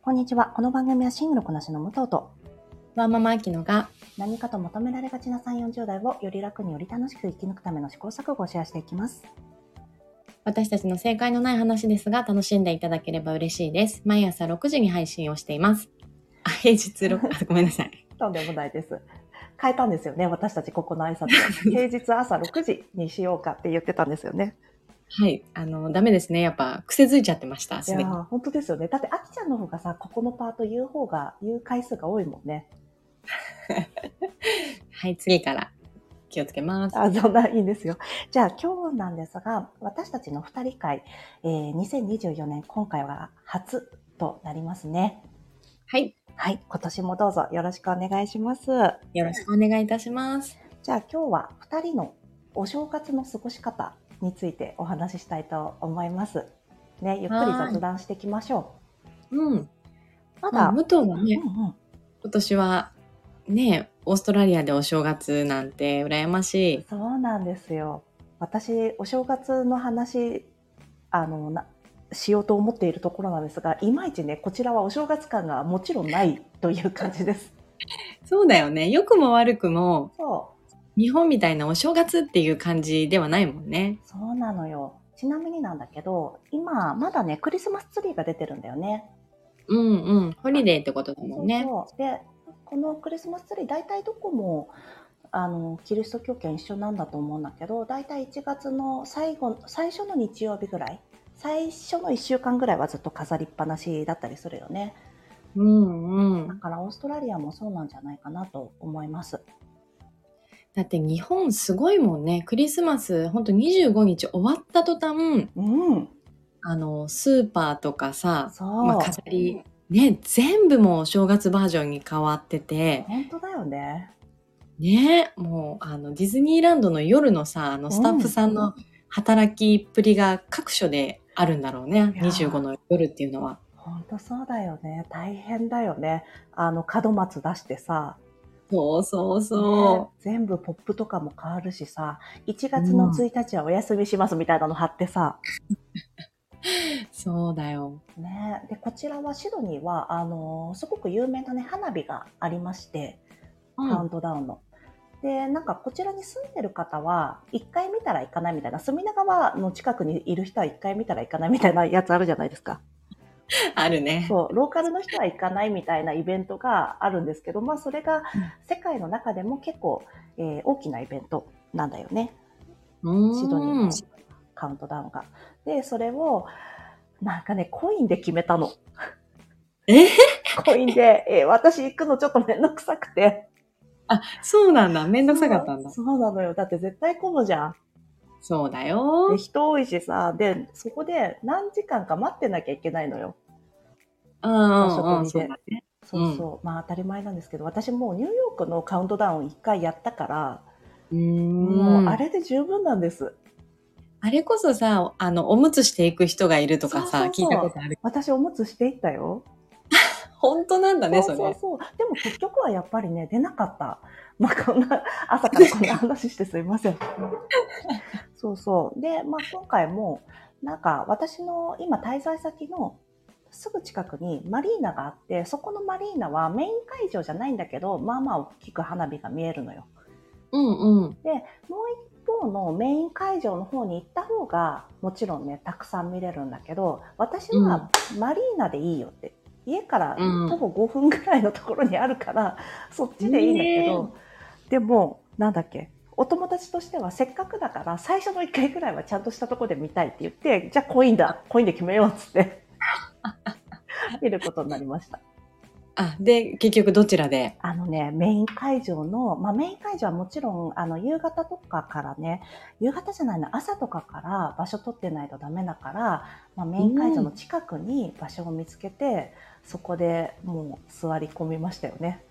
こんにちは。この番組はシングルこなしの武藤とワーママアキノが何かと求められがちな3、40代をより楽により楽しく生き抜くための試行錯誤をシェアしていきます。 私たちの正解のない話ですが楽しんでいただければ嬉しいです。毎朝6時に配信をしています。平日6ごめんなさい。 とんでもないです。変えたんですよね。私たちここの挨拶を平日朝6時にしようかって言ってたんですよね。 はい、ダメですね。やっぱ癖づいちゃってました。 いやー本当ですよね。だってあきちゃんの方がさ、ここのパート言う回数が多いもんね。 はい、次から気をつけます。 そんないいんですよ。じゃあ今日なんですが、私たちの2人会、2024年今回は初となりますね。 はい。 はい、今年もどうぞよろしくお願いします。 よろしくお願いいたします。 じゃあ今日は2人のお正月の過ごし方についてお話ししたいと思います。ね、ゆっくり雑談していきましょう。 まだ、 武藤はね、今年はね、オーストラリアでお正月なんて羨ましい。 そうなんですよ。私、お正月の話、しようと思っているところなんですが、いまいちね、こちらはお正月感がもちろんないという感じです。 そうだよね。良くも悪くも、 そう。 日本みたいなお正月っていう感じではないもんね。 そうなのよ。ちなみになんだけど、今、まだね、クリスマスツリーが出てるんだよね。 ホリデーってことだもんね。 そう。で、このクリスマスツリー、大体どこも、キリスト教圏一緒なんだと思うんだけど、大体1月の最初の日曜日ぐらい、最初の1週間ぐらいはずっと飾りっぱなしだったりするよね。だからオーストラリアもそうなんじゃないかなと思います。 だって日本すごいもんね。クリスマスほんと25日終わった途端、スーパーとかさ、飾りね、全部もう正月バージョンに変わってて。 本当だよね。 ね、もうディズニーランドの夜のさ、スタッフさんの働きっぷりが各所であるんだろうね。25の夜っていうのは。 本当そうだよね。大変だよね。門松出してさ。 そうそうそう。 ね、全部ポップとかも変わるしさ、1月の1日はお休みしますみたいなの貼ってさ。 そうだよ。 ね、でこちらはシドニーはすごく有名なね花火がありまして、カウントダウンの。でなんかこちらに住んでる方は1回見たら行かないみたいな、隅田川の近くにいる人は1回見たら行かないみたいなやつあるじゃないですか。 あるね。 そう、ローカルの人は行かないみたいなイベントがあるんですけど、それが世界の中でも結構、大きなイベントなんだよね。シドニーのカウントダウンが。で、それを、なんかね、コインで決めたの。コインで、私行くのちょっとめんどくさくて。 あ、そうなんだ。めんどくさかったんだ。 そうなのよ。だって絶対混むじゃん。 そうだよ。 で、人多いしさ、で、そこで何時間か待ってなきゃいけないのよ。場所取りで。そうそう。当たり前なんですけど、私もうニューヨークのカウントダウン1回やったから、もうあれで十分なんです。 あれこそさ、おむつしていく人がいるとかさ、聞いたことある。 私おむつしていったよ。 本当なんだね、それ。 そう。でも結局はやっぱりね、出なかった。こんな、朝からこんな話してすいません。そう。で、今回も、なんか私の今滞在先のすぐ近くにマリーナがあって、そこのマリーナはメイン会場じゃないんだけど、大きく花火が見えるのよ。で、もう一方のメイン会場の方に行った方が、もちろんね、たくさん見れるんだけど、私はマリーナでいいよって。家からほぼ5分ぐらいのところにあるから、そっちでいいんだけど、でも、なんだっけ、お友達としてはせっかくだから最初の1回ぐらいはちゃんとしたところで見たいって言って、じゃあコインで決めようっつって見ることになりました。 で、結局どちらで？ メイン会場の、メイン会場はもちろん、夕方とかからね、夕方じゃないの、朝とかから場所取ってないとダメだから、メイン会場の近くに場所を見つけて、そこでもう座り込みましたよね。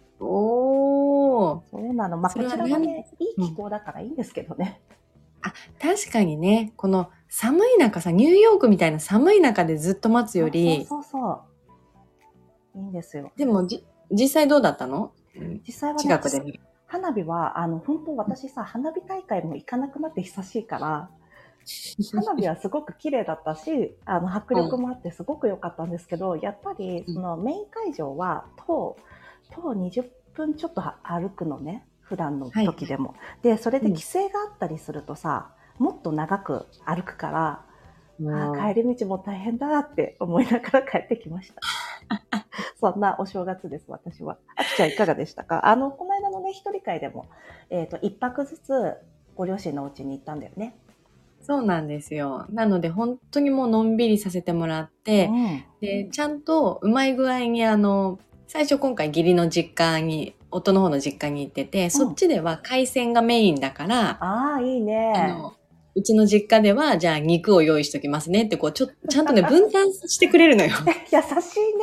そうなの。こちらはね、いい気候だからいいんですけどね。 確かにね、この寒い中さ、ニューヨークみたいな寒い中でずっと待つより、 いいんですよ。 でも実際どうだったの？ 実際はね、 近くで花火は本当私さ、花火大会も行かなくなって久しいから、 花火はすごく綺麗だったし、迫力もあってすごく良かったんですけど、やっぱり、そのメイン会場は、徒20分ちょっと歩くのね。普段の時でも。はい、で、それで規制があったりするとさ、もっと長く歩くから、帰り道も大変だって思いながら帰ってきました。そんなお正月です、私は。あきちゃんいかがでしたか？この間のね、一人会でも、一泊ずつご両親のお家に行ったんだよね。 そうなんですよ。なので本当にもうのんびりさせてもらって、で、ちゃんとうまい具合に最初今回義理の実家に、夫の方の実家に行ってて、そっちでは海鮮がメインだから、 ああ、いいね。 うちの実家では、じゃあ肉を用意しときますねって、こう、ちゃんとね、分担してくれるのよ。 優しいね。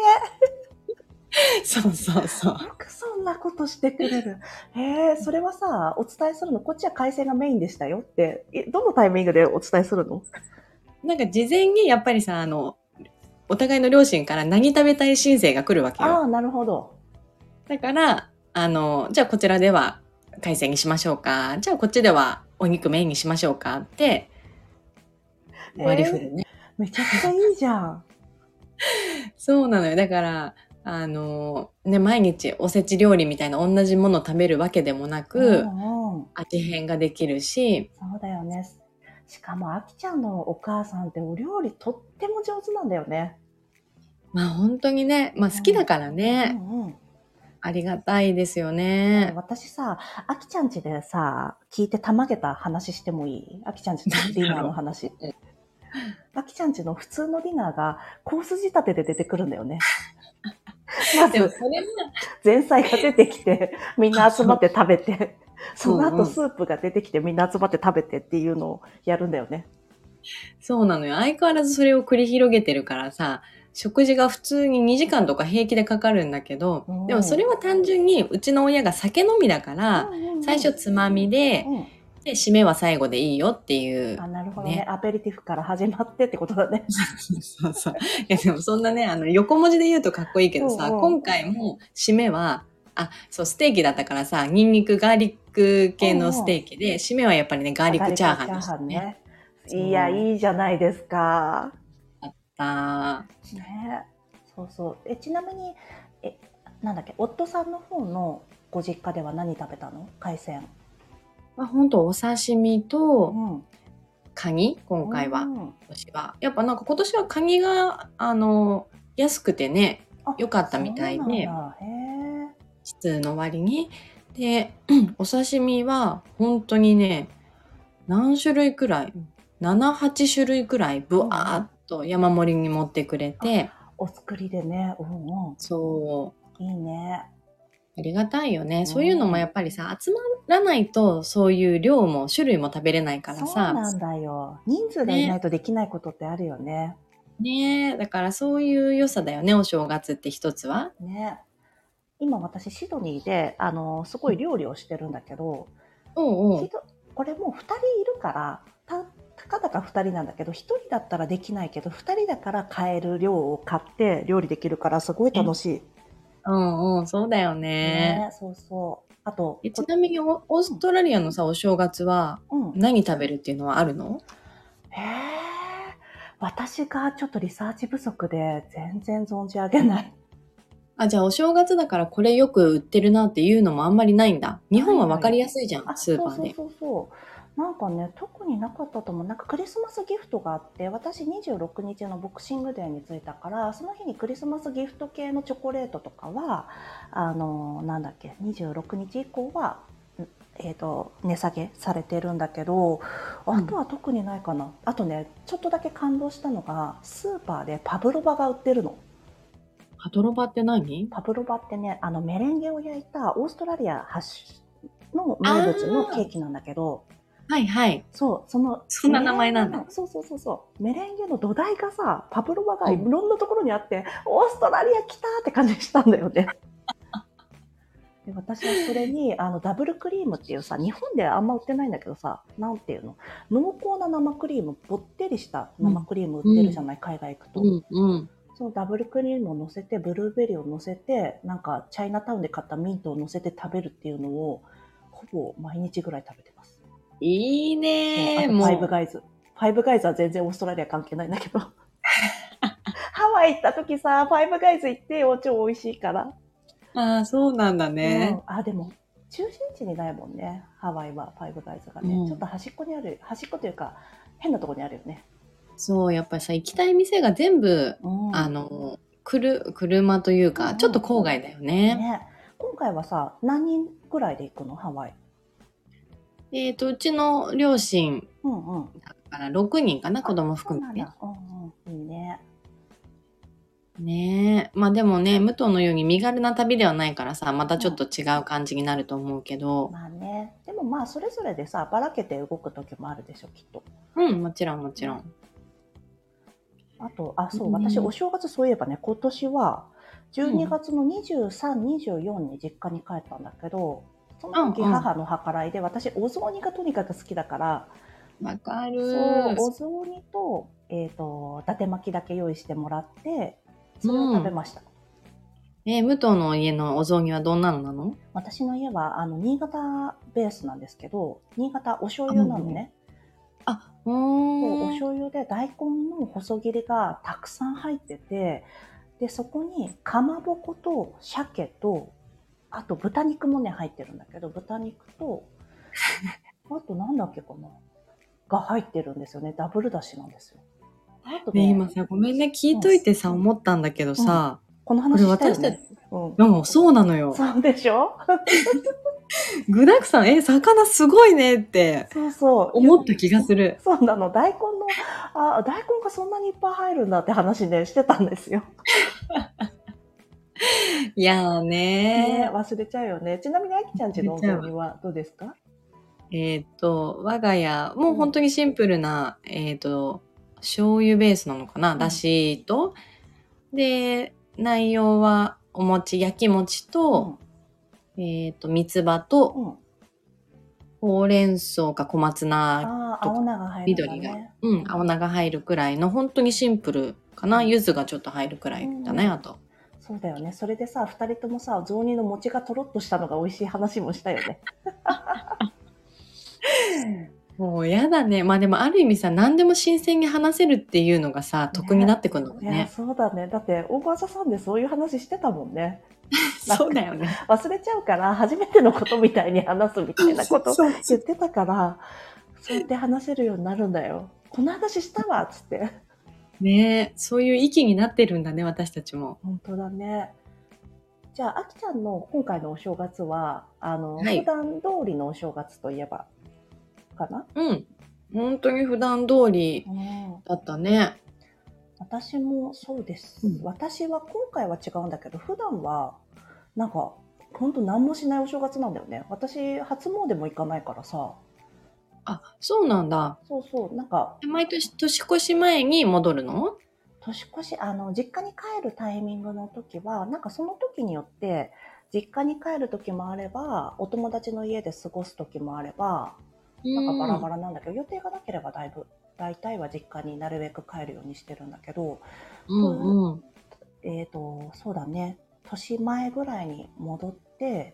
そうそうそう。 よくそんなことしてくれる。へえ、それはさ、お伝えするの、こっちは海鮮がメインでしたよって、どのタイミングでお伝えするの？ なんか事前にやっぱりさ、お互いの両親から何食べたい申請が来るわけよ。 ああ、なるほど。 だから、じゃあこちらでは海鮮にしましょうか。じゃあこっちではお肉メインにしましょうかって、割り振るね。 めちゃくちゃいいじゃん。 そうなのよ。だから、ね、毎日おせち料理みたいな同じものを食べるわけでもなく、味変ができるし。 そうだよね。しかも、あきちゃんのお母さんってお料理とっても上手なんだよね。 まあ本当にね、まあ好きだからね。ありがたいですよね。 私さ、あきちゃんちでさ、聞いてたまげた話してもいい？あきちゃんちのディナーの話。あきちゃんちの普通のディナーがコース仕立てで出てくるんだよね。まず、前菜が出てきて、みんな集まって食べて、その後スープが出てきてみんな集まって食べてっていうのをやるんだよね。 そうなのよ。相変わらずそれを繰り広げてるからさ、食事が普通に2時間とか平気でかかるんだけど、でもそれは単純にうちの親が酒飲みだから、最初つまみで、で、締めは最後でいいよっていう、 あ、なるほどね。アペリティフから始まってってことだね。 そうそう。いやでもそんなね、横文字で言うとかっこいいけどさ、今回も締めは、そう、ステーキだったからさ、ニンニクガーリック系のステーキで、締めはやっぱりね、ガーリックチャーハンでしたね。 いや、いいじゃないですか。 あった。 ね、そうそう。ちなみに、なんだっけ、夫さんの方のご実家では何食べたの？海鮮。 本当お刺身と、カニ今回は、今年は。やっぱなんか今年はカニが、安くてね、良かったみたいで、質の割に。で、お刺身は本当にね、何種類くらい ?7、8種類くらいブワーっと山盛りに持ってくれて。 お作りでね。 そう。 いいね。 ありがたいよね。そういうのもやっぱりさ、集まらないとそういう量も種類も食べれないからさ。そうなんだよ。人数がいないとできないことってあるよね。 ねえ、だからそういう良さだよね、お正月って一つは。 ね。今私シドニーで、すごい料理をしてるんだけど、これもう2人いるから、たかだか2人なんだけど、1人だったらできないけど、2人だから買える量を買って料理できるからすごい楽しい。 そうだよね。 そうそう。あと、 ちなみにオーストラリアのさ、お正月は何食べるっていうのはあるの？ 私がちょっとリサーチ不足で全然存じ上げない。 じゃあお正月だからこれよく売ってるなっていうのもあんまりないんだ。日本は分かりやすいじゃん、スーパーで。 そうなんかね、特になかったと思う。なんかクリスマスギフトがあって、私26日のボクシングデーに着いたから、その日にクリスマスギフト系のチョコレートとかは、なんだっけ、26日以降は、値下げされてるんだけど、あとは特にないかな。あとね、ちょっとだけ感動したのが、スーパーでパブロバが売ってるの。 パブロバって何？ パブロバってね、メレンゲを焼いたオーストラリア発の名物のケーキなんだけど、 はいはい。 そう、そんな名前なんだ。 そう。メレンゲの土台がさ、パブロバがいろんなところにあって、オーストラリア来たって感じしたんだよね。で、私はそれに、ダブルクリームっていうさ、日本ではあんま売ってないんだけどさ、なんていうの、濃厚な生クリーム、ぼってりした生クリーム売ってるじゃない、海外行くと。そのダブルクリームを乗せて、ブルーベリーを乗せて、なんかチャイナタウンで買ったミントを乗せて食べるっていうのを、ほぼ毎日ぐらい食べてます。 いいねー。あとファイブガイズファイブガイズは全然オーストラリア関係ないんだけど。ハワイ行った時さ、ファイブガイズ行ってよ、超美味しいから。 ああ、そうなんだね。 でも、中心地にないもんね、ハワイは、ファイブガイズがね。ちょっと端っこにある、端っこというか、変なとこにあるよね。 そう、やっぱりさ、行きたい店が全部、車というか、ちょっと郊外だよね。 今回はさ、何人ぐらいで行くの、ハワイ。 うちの両親、だから6人かな、子供含めて。 いいね。 ねえ。まあでもね、武藤のように身軽な旅ではないからさ、またちょっと違う感じになると思うけど。 まあね。でもまあ、それぞれでさ、ばらけて動く時もあるでしょ、きっと。 もちろんもちろん。 あと、そう、私、お正月そういえばね、今年は、12月の23、24に実家に帰ったんだけど、その時母の計らいで、私、お雑煮がとにかく好きだから、 わかる。 そう、お雑煮と、伊達巻きだけ用意してもらって、それを食べました。 武藤の家のお雑煮はどんなのなの？ 私の家は、新潟ベースなんですけど、新潟お醤油なのね。お醤油で大根の細切りがたくさん入ってて、で、そこにかまぼこと鮭と、あと豚肉もね、入ってるんだけど、豚肉と、あとなんだっけかな、が入ってるんですよね。ダブルだしなんですよ。 あとね、今さ、ごめんね、聞いといてさ、思ったんだけどさ、 この話したよね。 そうなのよ。 そうでしょ？ 具沢山、魚すごいねって、思った気がする。 そうなの。大根がそんなにいっぱい入るんだって話ね、してたんですよ。 いやーねー。忘れちゃうよね。ちなみに、あきちゃんちのお雑煮はどうですか？ 我が家、もう本当にシンプルな、醤油ベースなのかな、だしと、で、内容はお餅、焼き餅と、三つ葉と、ほうれん草か小松菜とか、 青菜が入るんだね。 緑が、青菜が入るくらいの本当にシンプルかな。柚子がちょっと入るくらいだね、あと。 そうだよね。それでさ、二人ともさ、雑煮の餅がとろっとしたのが美味しい話もしたよね。 もうやだね。まあでもある意味さ、何でも新鮮に話せるっていうのがさ、得になってくるのね。 いや、そうだね。だって、大場さんでそういう話してたもんね。 そうだよね。 忘れちゃうから、初めてのことみたいに話すみたいなこと言ってたから、そうやって話せるようになるんだよ。この話したわ、つって。 ねえ、そういう域になってるんだね、私たちも。 本当だね。じゃあ、あきちゃんの今回のお正月は、普段通りのお正月といえば、かな？ 本当に普段通りだったね。 私もそうです。私は今回は違うんだけど、普段は、なんか、本当何もしないお正月なんだよね。私、初詣も行かないからさ。 そうなんだ。 なんか。 毎年年越し前に戻るの？ 年越し、実家に帰るタイミングの時は、なんかその時によって、実家に帰る時もあれば、お友達の家で過ごす時もあれば、なんかバラバラなんだけど、予定がなければ大体は実家になるべく帰るようにしてるんだけど、そうだね、年前ぐらいに戻って、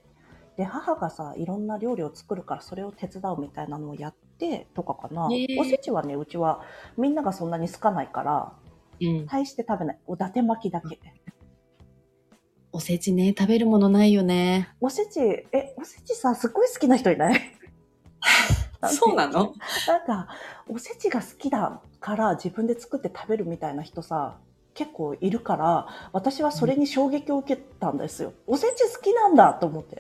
で、母がさ、いろんな料理を作るからそれを手伝うみたいなのをやってとかかな。おせちはね、うちはみんながそんなに好かないから、大して食べない。お伊達巻きだけ。 おせちね、食べるものないよね。 おせちさ、すっごい好きな人いない？ そうなの？ なんか、おせちが好きだから自分で作って食べるみたいな人さ、結構いるから、私はそれに衝撃を受けたんですよ。おせち好きなんだと思って。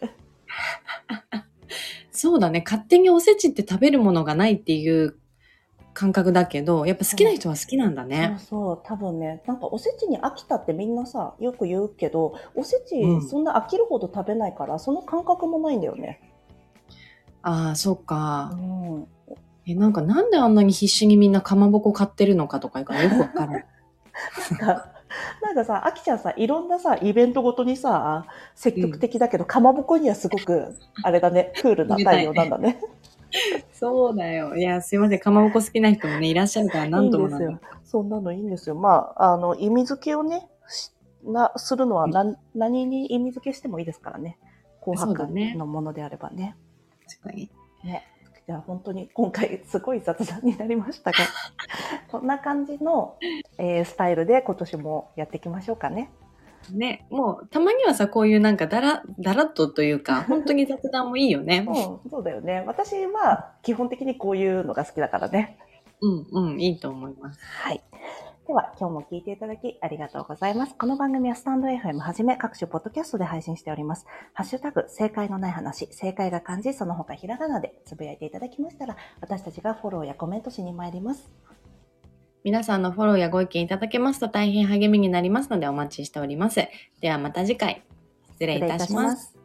そうだね。勝手におせちって食べるものがないっていう感覚だけど、やっぱ好きな人は好きなんだね。 多分ね、なんかおせちに飽きたってみんなさ、よく言うけど、おせちそんな飽きるほど食べないから、その感覚もないんだよね。 そっか。なんであんなに必死にみんなかまぼこ買ってるのかとかよくわかる。 なんかさ、あきちゃんさ、いろんなさ、イベントごとにさ、積極的だけど、かまぼこにはすごく、あれだね、クールな対応なんだね。 そうだよ。いや、すいません。かまぼこ好きな人もね、いらっしゃるからなんともなんですよ。そんなのいいんですよ。まあ、意味付けをね、するのは何に意味付けしてもいいですからね。紅白のものであればね。 確かに。 ね。 じゃあ本当に今回すごい雑談になりましたが、こんな感じの、スタイルで今年もやっていきましょうかね。 ね、もうたまにはさ、こういうなんかだらっとというか、本当に雑談もいいよね。 そうだよね。私は基本的にこういうのが好きだからね。 いいと思います。 はい。では、今日も聞いていただきありがとうございます。この番組はスタンド FM はじめ各種ポッドキャストで配信しております。ハッシュタグ、正解のない話、正解が漢字、その他ひらがなでつぶやいていただきましたら、私たちがフォローやコメントしに参ります。 皆さんのフォローやご意見いただけますと大変励みになりますのでお待ちしております。ではまた次回、失礼いたします。